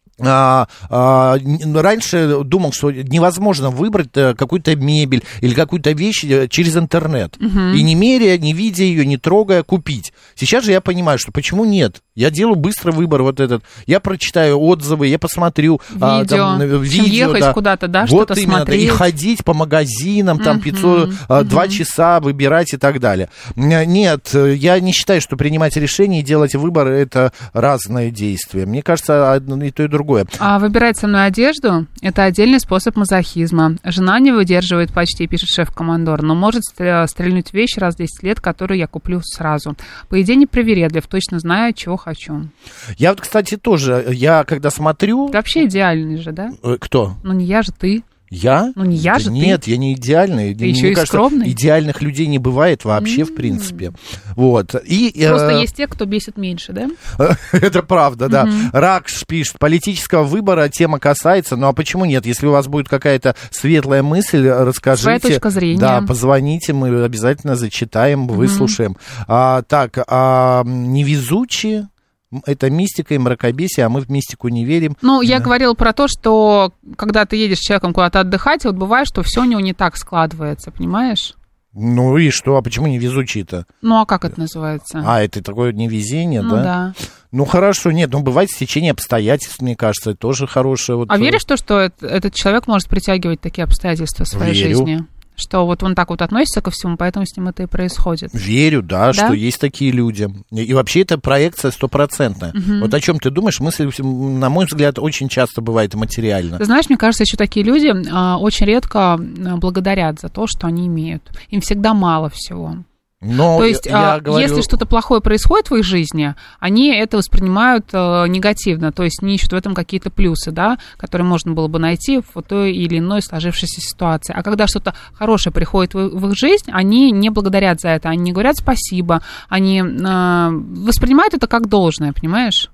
S4: А, а, раньше думал, что невозможно выбрать какую-то мебель или какую-то вещь через интернет. Uh-huh. И не меряя, не видя ее, не трогая, купить. Сейчас же я понимаю, что почему нет? Я делаю быстро выбор вот этот. Я прочитаю отзывы, я посмотрю
S2: видео,
S4: а, там, видео
S2: ехать
S4: да.
S2: куда-то, да,
S4: вот
S2: что-то
S4: именно,
S2: смотреть.
S4: И ходить по магазинам, там uh-huh. пятьсот, uh-huh. два часа выбирать и так далее. Нет, я не считаю, что принимать решения и делать выбор — это разные действия. Мне кажется, одно и то, и другое.
S2: А выбирать со мной одежду – это отдельный способ мазохизма. Жена не выдерживает почти, пишет шеф-командор, но может стрельнуть вещь раз в десять лет, которую я куплю сразу. По идее, не привередлив, точно знаю, чего хочу.
S4: Я вот, кстати, тоже, я когда смотрю...
S2: Ты вообще идеальный же, да?
S4: Кто?
S2: Ну, не я же, ты.
S4: Я?
S2: Ну, не я
S4: да
S2: же,
S4: нет,
S2: ты.
S4: я не идеальный.
S2: Ты
S4: Мне
S2: еще и
S4: кажется,
S2: скромный.
S4: Идеальных людей не бывает вообще, mm-hmm. в принципе. Вот. И,
S2: Просто
S4: э...
S2: есть те, кто бесит меньше, да?
S4: Это правда, да.
S2: Mm-hmm.
S4: Ракш пишет, политического выбора тема касается, ну а почему нет? Если у вас будет какая-то светлая мысль, расскажите.
S2: Своя точка зрения.
S4: Да, позвоните, мы обязательно зачитаем, mm-hmm. выслушаем. А, так, а, невезучие... Это мистика и мракобесие, а мы в мистику не верим.
S2: Ну, я
S4: да.
S2: говорила про то, что когда ты едешь с человеком куда-то отдыхать, вот бывает, что все у него не так складывается, понимаешь?
S4: Ну и что? А почему невезучий-то?
S2: Ну, а как это называется?
S4: А, это такое невезение,
S2: ну,
S4: да?
S2: да.
S4: Ну, хорошо, нет, ну, бывает стечение обстоятельств, мне кажется, это тоже хорошее. Вот...
S2: А веришь в то, что этот человек может притягивать такие обстоятельства в своей
S4: Верю.
S2: жизни? Что вот он так вот относится ко всему, поэтому с ним это и происходит.
S4: Верю, да,
S2: да?
S4: что есть такие люди. И вообще это проекция стопроцентная.
S2: Угу.
S4: Вот о чем ты думаешь, мысль, на мой взгляд, очень часто бывает материально.
S2: Ты знаешь, мне кажется, еще такие люди а, очень редко благодарят за то, что они имеют. Им всегда мало всего.
S4: Но
S2: то есть,
S4: я, я
S2: а,
S4: говорю...
S2: если что-то плохое происходит в их жизни, они это воспринимают а, негативно, то есть не ищут в этом какие-то плюсы, да, которые можно было бы найти в той или иной сложившейся ситуации. А когда что-то хорошее приходит в, в их жизнь, они не благодарят за это, они не говорят спасибо, они а, воспринимают это как должное, понимаешь?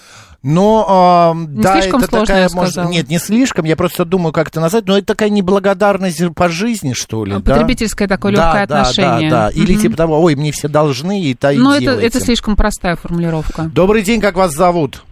S4: Но, э,
S2: не
S4: да,
S2: слишком
S4: это
S2: сложно,
S4: такая,
S2: я
S4: может,
S2: сказала.
S4: нет, не слишком, я просто думаю, как это назвать, но это такая неблагодарность по жизни, что ли,
S2: потребительское
S4: да?
S2: такое легкое
S4: да,
S2: отношение.
S4: Да, да, да, или
S2: угу.
S4: типа того, ой, мне все должны, и та и
S2: Ну,
S4: делайте.
S2: это, это слишком простая формулировка.
S4: Добрый день, как вас зовут?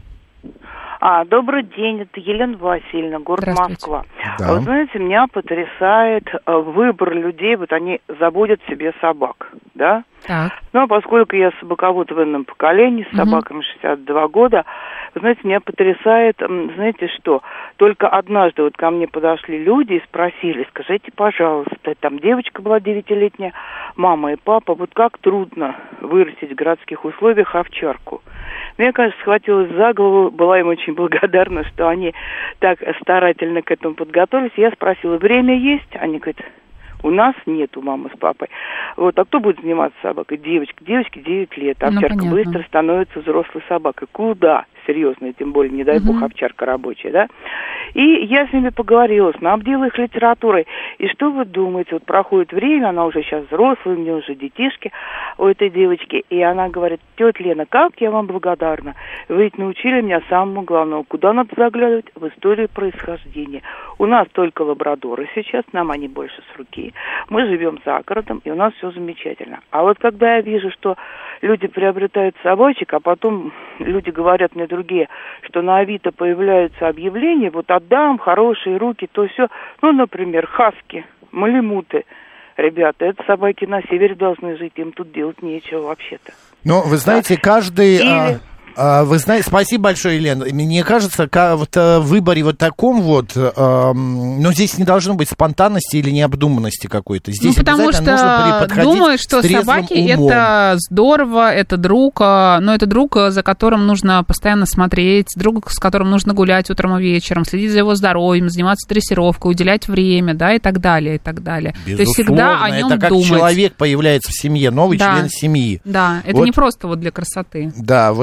S10: А, добрый день, это Елена Васильевна, город Москва.
S4: Да.
S10: Вы знаете, меня потрясает выбор людей, вот они заводят себе собак, да?
S2: Так.
S10: Ну, а поскольку я собаковод в ином поколении, с собаками шестьдесят два года, вы знаете, меня потрясает, знаете что, только однажды вот ко мне подошли люди и спросили, скажите, пожалуйста, там девочка была девятилетняя, мама и папа, вот как трудно вырастить в городских условиях овчарку. Мне, конечно, схватилась за голову, была им очень благодарна, что они так старательно к этому подготовились. Я спросила, время есть? Они говорят, у нас нет, у мамы с папой. Вот, а кто будет заниматься собакой? Девочка. Девочке девять лет. Овчарка ну, быстро становится взрослой собакой. Куда? Серьезно, тем более, не дай бог, uh-huh. овчарка рабочая, да? И я с ними поговорила, снабдила их литературой. И что вы думаете? Вот проходит время, она уже сейчас взрослая, у нее уже детишки у этой девочки. И она говорит, тетя Лена, как я вам благодарна. Вы ведь научили меня самому главному. Куда надо заглядывать? В историю происхождения. У нас только лабрадоры сейчас, нам они больше с руки. Мы живем за городом, и у нас все замечательно. А вот когда я вижу, что люди приобретают собачек, а потом люди говорят мне другие, что на Авито появляются объявления, вот отдам, хорошие руки, то все. Ну, например, хаски, малимуты. Ребята, это собаки на севере должны жить, им тут делать нечего вообще-то.
S4: Ну, вы знаете, да. каждый...
S10: Или...
S4: А... Вы знаете, спасибо большое, Елена. Мне кажется, вот в выборе вот таком вот, эм, ну, здесь не должно быть спонтанности или необдуманности какой-то. Здесь
S2: ну, потому что думают, что собаки умом. Это здорово, это друг, но это друг, за которым нужно постоянно смотреть, друг, с которым нужно гулять утром и вечером, следить за его здоровьем, заниматься дрессировкой, уделять время, да, и так далее, и так далее.
S4: Безусловно,
S2: то есть всегда о нем
S4: это как
S2: думать.
S4: Человек появляется в семье, новый
S2: да.
S4: член семьи.
S2: Да, это
S4: вот,
S2: не просто вот для красоты.
S4: Да, вот воин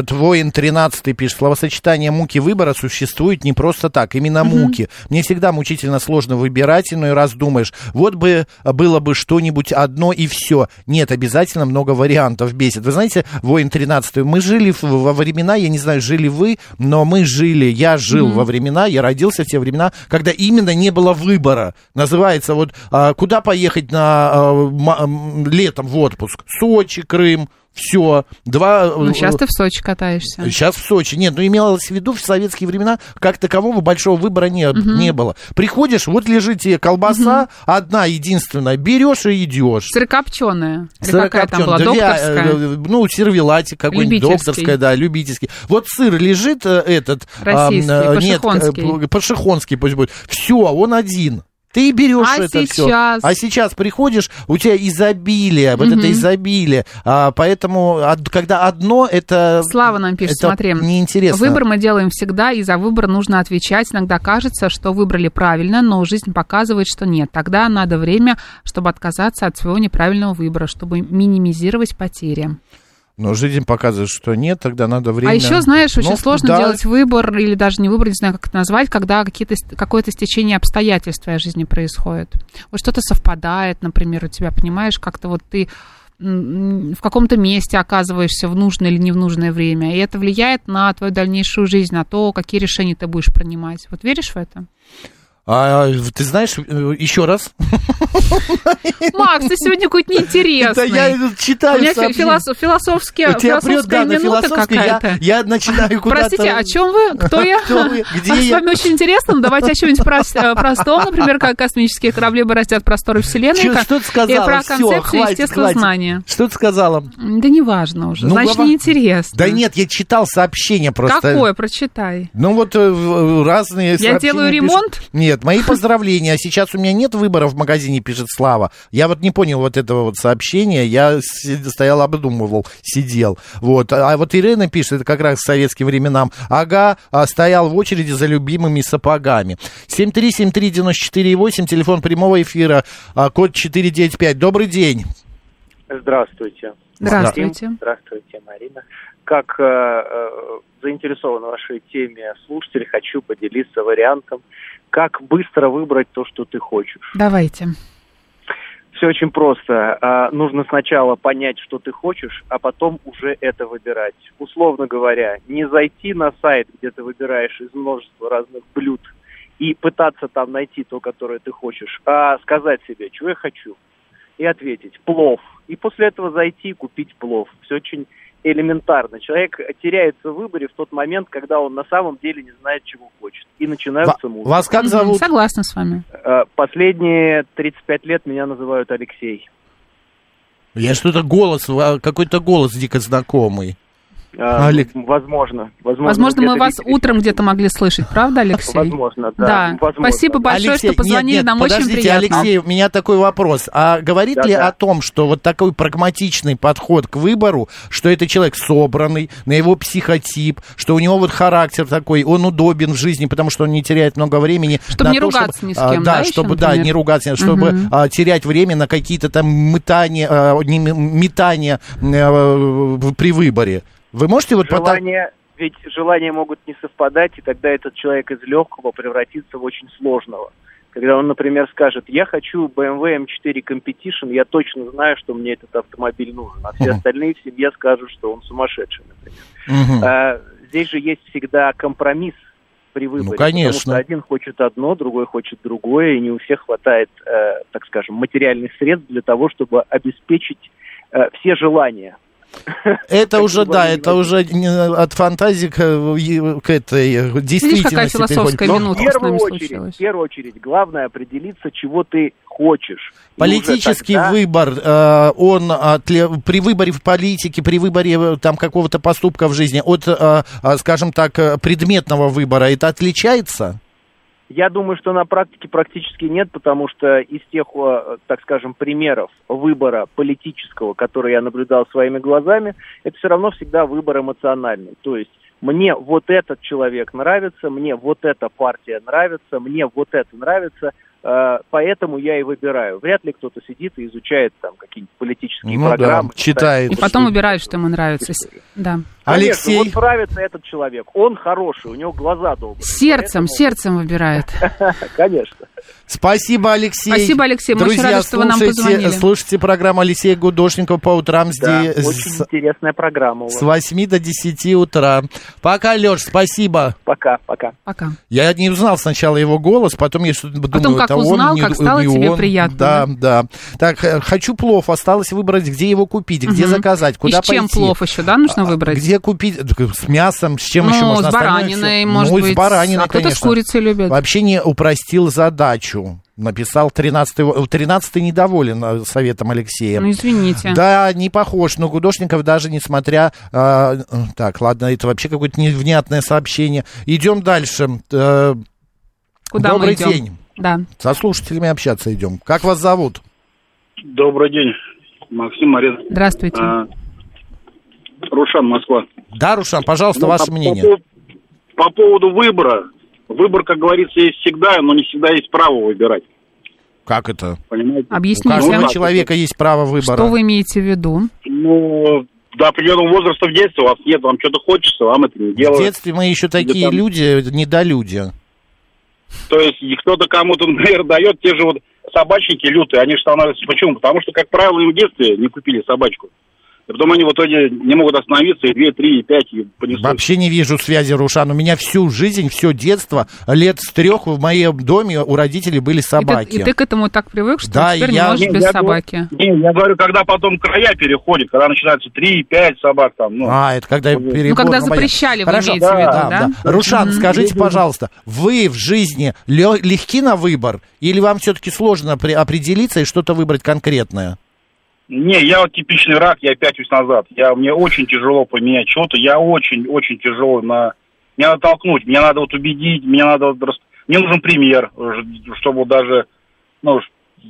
S4: воин тринадцатый пишет, словосочетание муки выбора существует не просто так, именно угу. муки. Мне всегда мучительно сложно выбирать, иной раз думаешь, вот бы было бы что-нибудь одно и все. Нет, обязательно много вариантов бесит. Вы знаете, воин тринадцатый, мы жили во времена, я не знаю, жили вы, но мы жили, я жил угу. во времена, я родился в те времена, когда именно не было выбора. Называется вот, а, куда поехать на а, летом в отпуск? Сочи, Крым. Все, два...
S2: Ну, сейчас ты в Сочи катаешься.
S4: Сейчас в Сочи. Нет, ну, имелось в виду, в советские времена как такового большого выбора не, угу. не было. Приходишь, вот лежит тебе колбаса, угу. одна единственная, берешь и идешь.
S2: Сырокопченая. Или какая там была, докторская?
S4: Ну, сервелатик какой-нибудь, докторская, да, любительский. Вот сыр лежит этот...
S2: Российский, а, пашихонский.
S4: Нет, пашихонский пусть будет. Все, он один. Ты берешь
S2: а
S4: это
S2: сейчас?
S4: все. А сейчас приходишь, у тебя изобилие, вот угу. это изобилие. А, поэтому, од, когда одно, это...
S2: Слава нам пишет,
S4: это
S2: смотри.
S4: Неинтересно.
S2: Выбор мы делаем всегда, и за выбор нужно отвечать. Иногда кажется, что выбрали правильно, но жизнь показывает, что нет. Тогда надо время, чтобы отказаться от своего неправильного выбора, чтобы минимизировать потери.
S4: Но жизнь показывает, что нет, тогда надо время...
S2: А еще, знаешь, очень
S4: ну,
S2: сложно
S4: да.
S2: делать выбор, или даже не выбор, не знаю, как это назвать, когда какие-то, какое-то стечение обстоятельств в твоей жизни происходит. Вот что-то совпадает, например, у тебя, понимаешь, как-то вот ты в каком-то месте оказываешься в нужное или не в нужное время, и это влияет на твою дальнейшую жизнь, на то, какие решения ты будешь принимать. Вот веришь в это?
S4: А, ты знаешь, еще раз.
S2: Макс, ты сегодня какой-то неинтересный.
S4: Да я читаю.
S2: У меня философ, философские, философская минута какая-то.
S4: Я, я начинаю куда-то...
S2: Простите, о чем вы? Кто я?
S4: Кто вы? Где
S2: а
S4: я?
S2: С вами очень интересно. Ну, давайте о чем-нибудь простом, например, как космические корабли бороздят просторы Вселенной.
S4: Что, что ты сказала?
S2: И про
S4: Все,
S2: концепцию
S4: хватит,
S2: естествознания.
S4: хватит. Что ты сказала?
S2: Да неважно уже.
S4: Ну,
S2: значит,
S4: глава...
S2: неинтересно.
S4: Да нет, я читал сообщения просто.
S2: Какое? Прочитай.
S4: Ну вот разные
S2: я
S4: сообщения.
S2: Я делаю ремонт?
S4: Пишут. Нет, мои поздравления. А сейчас у меня нет выбора в магазине, пишет Слава. Я вот не понял вот этого вот сообщения. Я стоял, обдумывал, сидел. Вот. А вот Ирина пишет, это как раз к советским временам. Ага, стоял в очереди за любимыми сапогами. семь три семь три девяносто четыре восемь, телефон прямого эфира, код четыре девять пять. Добрый день.
S11: Здравствуйте.
S2: Здравствуйте.
S11: Здравствуйте, Марина. Как э, э, заинтересован в вашей теме слушатель, хочу поделиться вариантом, как быстро выбрать то, что ты хочешь.
S2: Давайте.
S11: Все очень просто. А, нужно сначала понять, что ты хочешь, а потом уже это выбирать. Условно говоря, не зайти на сайт, где ты выбираешь из множества разных блюд, и пытаться там найти то, которое ты хочешь, а сказать себе, чего я хочу, и ответить плов. И после этого зайти и купить плов. Все очень элементарно. Человек теряется в выборе в тот момент, когда он на самом деле не знает, чего хочет. И начинаются муки.
S4: Вас как зовут?
S2: Согласна с вами.
S11: Последние тридцать пять лет меня называют Алексей.
S4: Я что-то голос, какой-то голос дико знакомый.
S11: А, Олег. Возможно. Возможно,
S2: возможно мы вас видите. Утром где-то могли слышать, правда, Алексей?
S11: Возможно, да.
S2: да.
S11: Возможно.
S2: Спасибо большое,
S4: Алексей,
S2: что позвонили,
S4: нет, нет,
S2: нам
S4: подождите,
S2: очень приятно.
S4: Алексей, у меня такой вопрос. А говорит да, ли да. о том, что вот такой прагматичный подход к выбору, что это человек собранный, на его психотип, что у него вот характер такой, он удобен в жизни, потому что он не теряет много времени.
S2: Чтобы не
S4: то,
S2: ругаться
S4: чтобы,
S2: ни с кем,
S4: да?
S2: Да,
S4: чтобы,
S2: еще,
S4: да, не ругаться, чтобы угу. а, терять время на какие-то там метания, а, не, метания а, при выборе. Вы можете вот...
S11: Желание... Ведь желания могут не совпадать, и тогда этот человек из легкого превратится в очень сложного. Когда он, например, скажет, я хочу бэ эм вэ эм четыре Competition, я точно знаю, что мне этот автомобиль нужен, а все остальные в семье скажут, что он сумасшедший, например. Uh-huh. А, здесь же есть всегда компромисс при выборе.
S4: Ну, конечно.
S11: Потому что один хочет одно, другой хочет другое, и не у всех хватает, э, так скажем, материальных средств для того, чтобы обеспечить э, все желания.
S4: Это уже, да, это уже от фантазии к, к этой действительности.
S2: Видишь, какая философская минутка с нами
S11: случилась? В первую очередь, главное определиться, чего ты хочешь.
S4: Политический тогда... выбор, он при выборе в политике, при выборе там какого-то поступка в жизни от, скажем так, предметного выбора, это отличается?
S11: Я думаю, что на практике практически нет, потому что из тех, так скажем, примеров выбора политического, который я наблюдал своими глазами, это все равно всегда выбор эмоциональный. То есть мне вот этот человек нравится, мне вот эта партия нравится, мне вот это нравится, поэтому я и выбираю. Вряд ли кто-то сидит и изучает там какие-нибудь политические
S4: ну,
S11: программы.
S4: Да, читает.
S2: И потом выбирает, что ему нравится. Да.
S4: Алексей.
S11: Вот нравится этот человек, он хороший, у него глаза добрые.
S2: Сердцем,
S11: Поэтому...
S2: сердцем выбирает.
S11: Конечно.
S4: Спасибо, Алексей.
S2: Спасибо, Алексей. Мы
S4: Друзья,
S2: очень рады, что вы нам позвонили.
S4: Слушайте программу Алексея Гудошникова по утрам с,
S11: Да,
S4: де...
S11: очень
S4: с...
S11: интересная программа у вас.
S4: с восьми до десяти утра. Пока, Лёш, спасибо.
S11: Пока, пока.
S2: Пока.
S4: Я не узнал сначала его голос, потом я что-то думаю,
S2: Потом, как
S4: это
S2: узнал,
S4: он, не,
S2: как стало
S4: не
S2: тебе
S4: он.
S2: приятно.
S4: Да, да. Так, хочу плов, осталось выбрать, где его купить, где
S2: Угу.
S4: заказать, куда
S2: И с чем
S4: пойти.
S2: плов еще, да, нужно выбрать?
S4: Где купить? С мясом, с чем
S2: ну,
S4: еще можно?
S2: с
S4: Остальное
S2: бараниной,
S4: всё.
S2: может
S4: ну,
S2: быть.
S4: с бараниной,
S2: а кто-то
S4: конечно.
S2: с курицей любит.
S4: Вообще не упростил задачу. Написал тринадцатый, тринадцатый недоволен советом Алексея.
S2: Ну, извините.
S4: Да, не похож, но Гудошников даже несмотря... Э, так, ладно, это вообще какое-то невнятное сообщение. Идем дальше. Э,
S2: Куда
S4: добрый
S2: мы идем?
S4: день.
S2: Да.
S4: Со слушателями общаться идем. Как вас зовут?
S8: Добрый день. Максим, Марина.
S2: Здравствуйте.
S8: А, Рушан, Москва.
S4: Да, Рушан, пожалуйста,
S8: Ну,
S4: ваше
S8: по,
S4: мнение.
S8: По, по поводу выбора. Выбор, как говорится, есть всегда, но не всегда есть право выбирать.
S4: Как это?
S8: Понимаете?
S2: Объясните.
S4: У каждого
S8: Ну,
S4: человека есть право выбора.
S2: Что вы имеете в виду?
S8: Ну, до определенного возраста в детстве у вас нет, вам что-то хочется, вам это не
S4: В
S8: делают.
S4: детстве мы еще такие
S8: там-
S4: люди, недолюди.
S8: То есть и кто-то кому-то, например, дает, те же вот собачники лютые, они же становятся... Почему? Потому что, как правило, им в детстве не купили собачку. И потом они в итоге не могут остановиться, и две, три, и пять, и понесут.
S4: Вообще не вижу связи, Рушан. У меня всю жизнь, все детство, лет с трех в моем доме у родителей были собаки.
S2: И ты, и ты к этому так привык, что
S4: Да,
S2: теперь
S4: я-
S2: не можешь
S8: Не,
S2: без
S8: я
S2: собаки.
S8: говорю- не, я говорю, когда потом края переходят, когда начинается три, пять собак там, ну...
S4: А, это когда перебор.
S2: Ну, когда
S4: ну, понятно.
S2: запрещали, вы
S4: Хорошо.
S2: имеете в виду,
S4: да,
S2: да?
S4: да. Рушан,
S2: Мгм.
S4: скажите, пожалуйста, вы в жизни лё- легки на выбор, или вам все-таки сложно при- определиться и что-то выбрать конкретное?
S8: Не, я вот типичный рак, я пятюсь назад. Я, мне очень тяжело поменять что-то, я очень-очень тяжело на... Меня надо толкнуть, меня надо вот убедить, мне надо вот... рас- Мне нужен пример, чтобы вот даже, ну,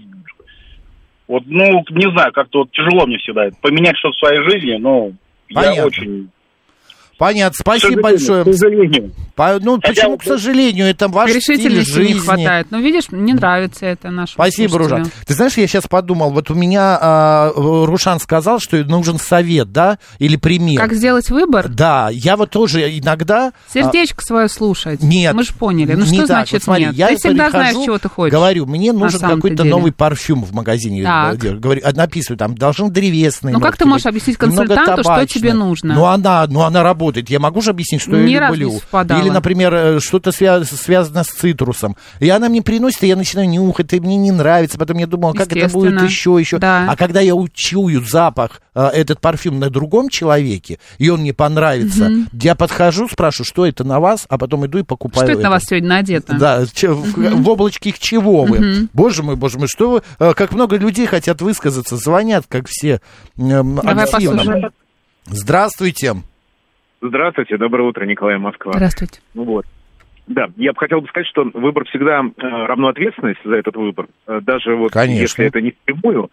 S8: вот, ну, не знаю, как-то вот тяжело мне всегда это. Поменять что-то в своей жизни, ну,
S4: Понятно.
S8: я очень...
S4: Понятно,
S8: К
S4: спасибо
S8: сожалению,
S4: большое.
S8: К сожалению.
S4: По- ну,
S8: Хотя
S4: почему,
S8: вот-
S4: к сожалению, это ваш стиль
S2: Решительности
S4: жизни.
S2: не хватает. Ну, видишь, не нравится это нашему
S4: Спасибо,
S2: слушателю.
S4: Рушан. Ты знаешь, я сейчас подумал, вот у меня а, Рушан сказал, что нужен совет, да, или пример.
S2: Как сделать выбор?
S4: Да, я вот тоже иногда...
S2: Сердечко свое слушать.
S4: Нет.
S2: Мы же поняли. Ну,
S4: не
S2: что
S4: так.
S2: значит
S4: Вот смотри,
S2: нет?
S4: я
S2: Ты всегда
S4: прихожу,
S2: знаешь, чего ты хочешь.
S4: Говорю, мне
S2: на
S4: нужен
S2: самом-то
S4: какой-то
S2: деле.
S4: новый парфюм в магазине.
S2: Так.
S4: Да, говорю, а написываю, там, должен древесный.
S2: Ну, как
S4: нотки
S2: ты можешь
S4: быть,
S2: объяснить
S4: немного
S2: консультанту, что
S4: табачный.
S2: тебе нужно?
S4: Ну, она, ну, она работает. Я могу же объяснить, что
S2: Ни
S4: я
S2: разу
S4: люблю.
S2: не совпадало.
S4: Или, например, э, что-то свя- связано с цитрусом. И она мне приносит, и я начинаю нюхать, и мне не нравится. Потом я думаю, а как это будет
S2: Естественно.
S4: еще, еще.
S2: Да.
S4: А когда я учую запах, э, этот парфюм на другом человеке, и он мне понравится,
S2: Мгм.
S4: я подхожу, спрашиваю, что это на вас, а потом иду и покупаю
S2: Что это на вас сегодня надето?
S4: Да, че- в, в облачке к чего вы?
S2: Мгм.
S4: Боже мой, боже мой, что вы, э, как много людей хотят высказаться, звонят, как все эм,
S2: Давай
S4: активно.
S2: послушаем.
S4: Здравствуйте.
S12: Здравствуйте, доброе утро, Николай, Москва.
S2: Здравствуйте.
S12: Ну вот. Да, я бы хотел бы сказать, что выбор всегда э, равно ответственность за этот выбор. Э, даже вот
S4: Конечно.
S12: если это не впрямую,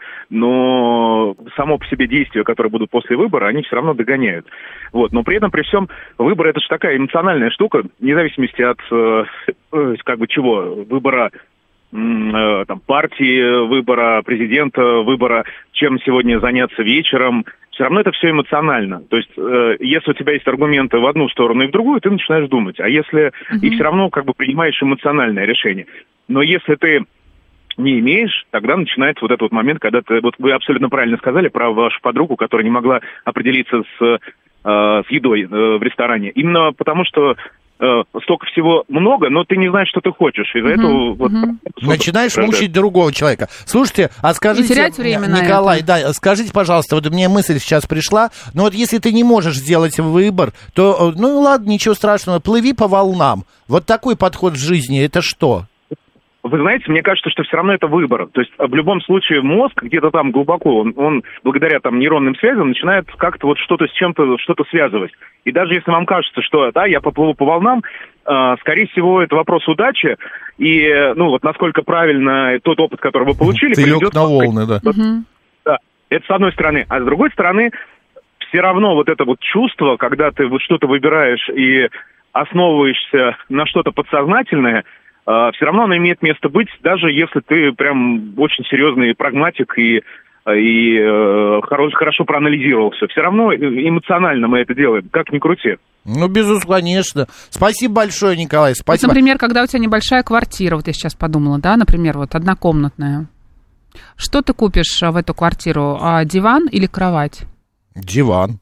S12: но само по себе действия, которые будут после выбора, они все равно догоняют. Вот. Но при этом, при всем, выбор это же такая эмоциональная штука, вне зависимости от э, э, как бы чего, выбора м, э, там, партии, выбора президента, выбора, чем сегодня заняться вечером. Все равно это все эмоционально. То есть, э, если у тебя есть аргументы в одну сторону и в другую, ты начинаешь думать. А если... И все равно как бы принимаешь эмоциональное решение. Но если ты не имеешь, тогда начинается вот этот вот момент, когда ты... Вот вы абсолютно правильно сказали про вашу подругу, которая не могла определиться с, э, с едой э, в ресторане. Именно потому, что э, столько всего много, но ты не знаешь, что ты хочешь. Из-за
S2: Мгм,
S12: этого... Вот,
S2: мгм.
S4: Начинаешь
S12: страдает.
S4: мучить другого человека. Слушайте, а скажите,
S2: Не терять время на
S4: Николай,
S2: это.
S4: да, скажите, пожалуйста, вот мне мысль сейчас пришла, но вот если ты не можешь сделать выбор, то, э, ну ладно, ничего страшного, плыви по волнам. Вот такой подход в жизни, это что?
S12: Вы знаете, мне кажется, что все равно это выбор. То есть в любом случае мозг где-то там глубоко, он, он благодаря там нейронным связям начинает как-то вот что-то с чем-то что-то связывать. И даже если вам кажется, что да, я поплыву по волнам, э, скорее всего, это вопрос удачи. И ну вот насколько правильно тот опыт, который вы получили,
S4: Ты лег
S12: приведет
S4: на
S12: вас к-
S4: волны, да.
S2: Мгм.
S12: Да, это с одной стороны. А с другой стороны, все равно вот это вот чувство, когда ты вот что-то выбираешь и основываешься на что-то подсознательное, все равно оно имеет место быть, даже если ты прям очень серьезный прагматик и и э, хорошо, хорошо проанализировал все. Все равно эмоционально мы это делаем, как ни крути.
S4: Ну, безусловно, конечно. Спасибо большое, Николай, спасибо.
S2: Вот, например, когда у тебя небольшая квартира, вот я сейчас подумала, да, например, вот однокомнатная. Что ты купишь в эту квартиру? Диван или кровать?
S4: Диван.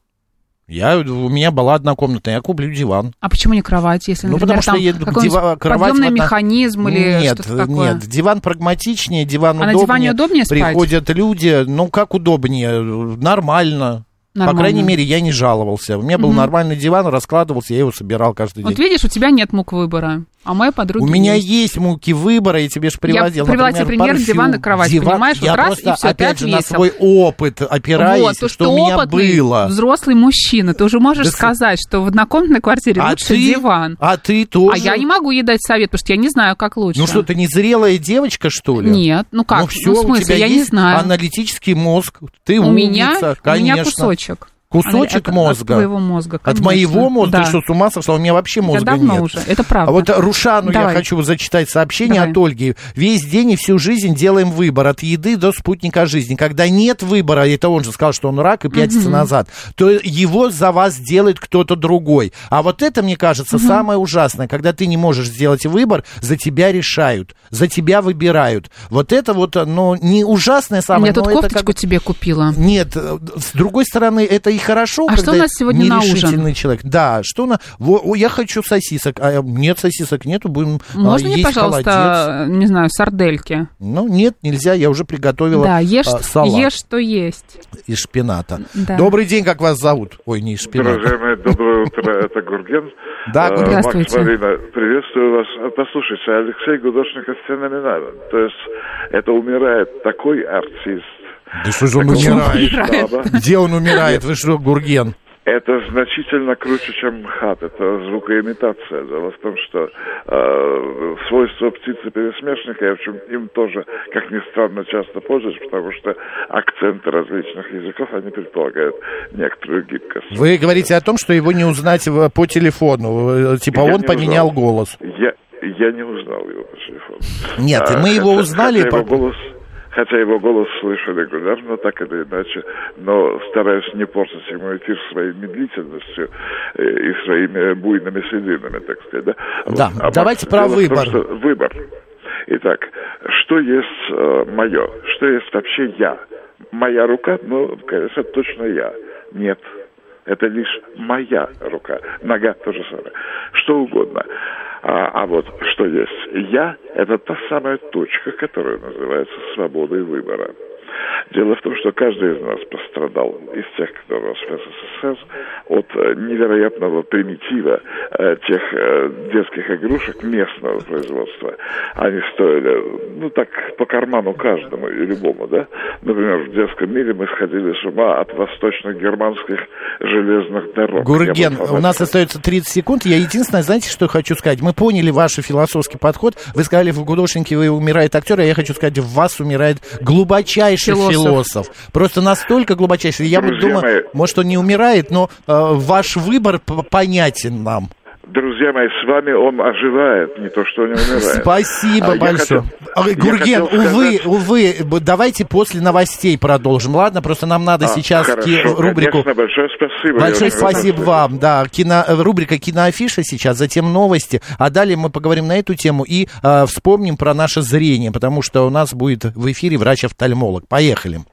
S4: Я, у меня была однокомнатная, я куплю диван.
S2: А почему не кровать, если,
S4: ну,
S2: например,
S4: потому
S2: там
S4: что
S2: какой-нибудь подъемный одна... механизм или
S4: нет,
S2: что-то такое?
S4: Нет, диван прагматичнее, диван
S2: а
S4: удобнее.
S2: А на диване удобнее спать?
S4: Приходят люди, ну, как удобнее, нормально. Нормально. По крайней мере, я не жаловался. У меня был угу. нормальный диван, раскладывался, я его собирал каждый день.
S2: Вот видишь, у тебя нет мук выбора, а моей подруги
S4: У меня есть, есть муки выбора, я тебе же приводил.
S2: Я привела тебе пример дивана и кровать,
S4: диван,
S2: понимаешь?
S4: Я
S2: вот раз,
S4: просто,
S2: и все,
S4: опять же,
S2: ответил.
S4: на свой опыт опираюсь,
S2: вот, то,
S4: что, что у меня было.
S2: Взрослый мужчина, ты уже можешь да сказать, что в однокомнатной квартире а лучше ты, диван.
S4: А ты тоже?
S2: А я не могу ей дать совет, потому что я не знаю, как лучше.
S4: Ну что, ты не зрелая девочка, что ли?
S2: Нет, ну как,
S4: ну, все,
S2: ну в смысле,
S4: у тебя
S2: я
S4: есть
S2: не знаю.
S4: Аналитический мозг, ты
S2: у
S4: умница,
S2: меня,
S4: конечно.
S2: У меня кусочек.
S4: Кусочек
S2: от,
S4: мозга.
S2: От твоего мозга, конечно.
S4: От моего мозга?
S2: Да.
S4: Ты что, с ума сошла? У меня вообще мозга
S2: да давно
S4: нет.
S2: уже, это правда.
S4: А вот Рушану
S2: Давай.
S4: я хочу зачитать сообщение
S2: Давай.
S4: от Ольги. Весь день и всю жизнь делаем выбор от еды до спутника жизни. Когда нет выбора, это он же сказал, что он рак и пятится угу. назад, то его за вас делает кто-то другой. А вот это, мне кажется, угу. самое ужасное. Когда ты не можешь сделать выбор, за тебя решают, за тебя выбирают. Вот это вот, ну, не ужасное самое.
S2: Я тут кофточку
S4: как...
S2: тебе купила.
S4: Нет, с другой стороны, это и хорошо,
S2: а
S4: когда
S2: что у нас сегодня на ужин?
S4: Человек. Да, что на... Во, я хочу сосисок, а нет сосисок, нету, будем
S2: Можно
S4: а,
S2: мне,
S4: есть
S2: пожалуйста,
S4: холодец.
S2: Не знаю, сардельки?
S4: Ну, нет, нельзя, я уже приготовила
S2: да, ешь,
S4: а, салат.
S2: ешь, что есть.
S4: Из шпината.
S2: Да.
S4: Добрый день, как вас зовут? Ой, не из шпината.
S13: Друзья мои, доброе утро, это Гурген.
S4: Да, Гурген.
S13: Макс, Марина, приветствую вас. Послушайте, Алексей Гудошников феноменален. То есть это умирает такой артист.
S4: Да что же он умирает? Где он умирает? Вы что, Гурген?
S13: Это значительно круче, чем МХАТ. Это звукоимитация. Дело в том, что э, свойства птицы-пересмешника, в общем, им тоже, как ни странно, часто пользуются, потому что акценты различных языков, они предполагают некоторую гибкость.
S4: Вы говорите о том, что его не узнать по телефону. Типа я он поменял узнал. голос.
S13: Я, я не узнал его по телефону.
S4: Нет, а, мы
S13: хотя,
S4: его узнали...
S13: Хотя
S4: по...
S13: его голос... Хотя его голос слышу регулярно, так или иначе, но стараюсь не портить ему эфир своей медлительностью и своими буйными сединами, так сказать. Да,
S4: да
S13: вот. а
S4: давайте про выбор.
S13: Том, выбор. Итак, что есть э, мое? Что есть вообще я? Моя рука? Ну, конечно, точно я. Нет. Это лишь моя рука. Нога то же самое. Что угодно. А, а вот что есть я, это та самая точка, которая называется свободой выбора. Дело в том, что каждый из нас пострадал, из тех, кто рос в СССР, от невероятного примитива э, тех э, детских игрушек местного производства. Они стоили, ну так, по карману каждому и любому, да? Например, в детском мире мы сходили с ума от восточных германских железных дорог.
S4: Гурген, у нас остается тридцать секунд. Я единственное, знаете, что хочу сказать? Мы поняли ваш философский подход. Вы сказали, в Гудошнике умирает актер, а я хочу сказать, в вас умирает глубочайший Философ. философ. Просто настолько глубочайший. Я вот думаю, мои... может, он не умирает, но э, ваш выбор понятен нам.
S13: Друзья мои, с вами он оживает, не то, что он не умирает.
S4: Спасибо а большое. Хотел, Гурген, увы, сказать... увы, давайте после новостей продолжим. Ладно, просто нам надо а, сейчас
S13: хорошо,
S4: ки- рубрику...
S13: Конечно, большое спасибо.
S4: Большое спасибо вам. Да, кино... рубрика «Киноафиша» сейчас, затем новости. А далее мы поговорим на эту тему и э, вспомним про наше зрение, потому что у нас будет в эфире врач-офтальмолог. Поехали.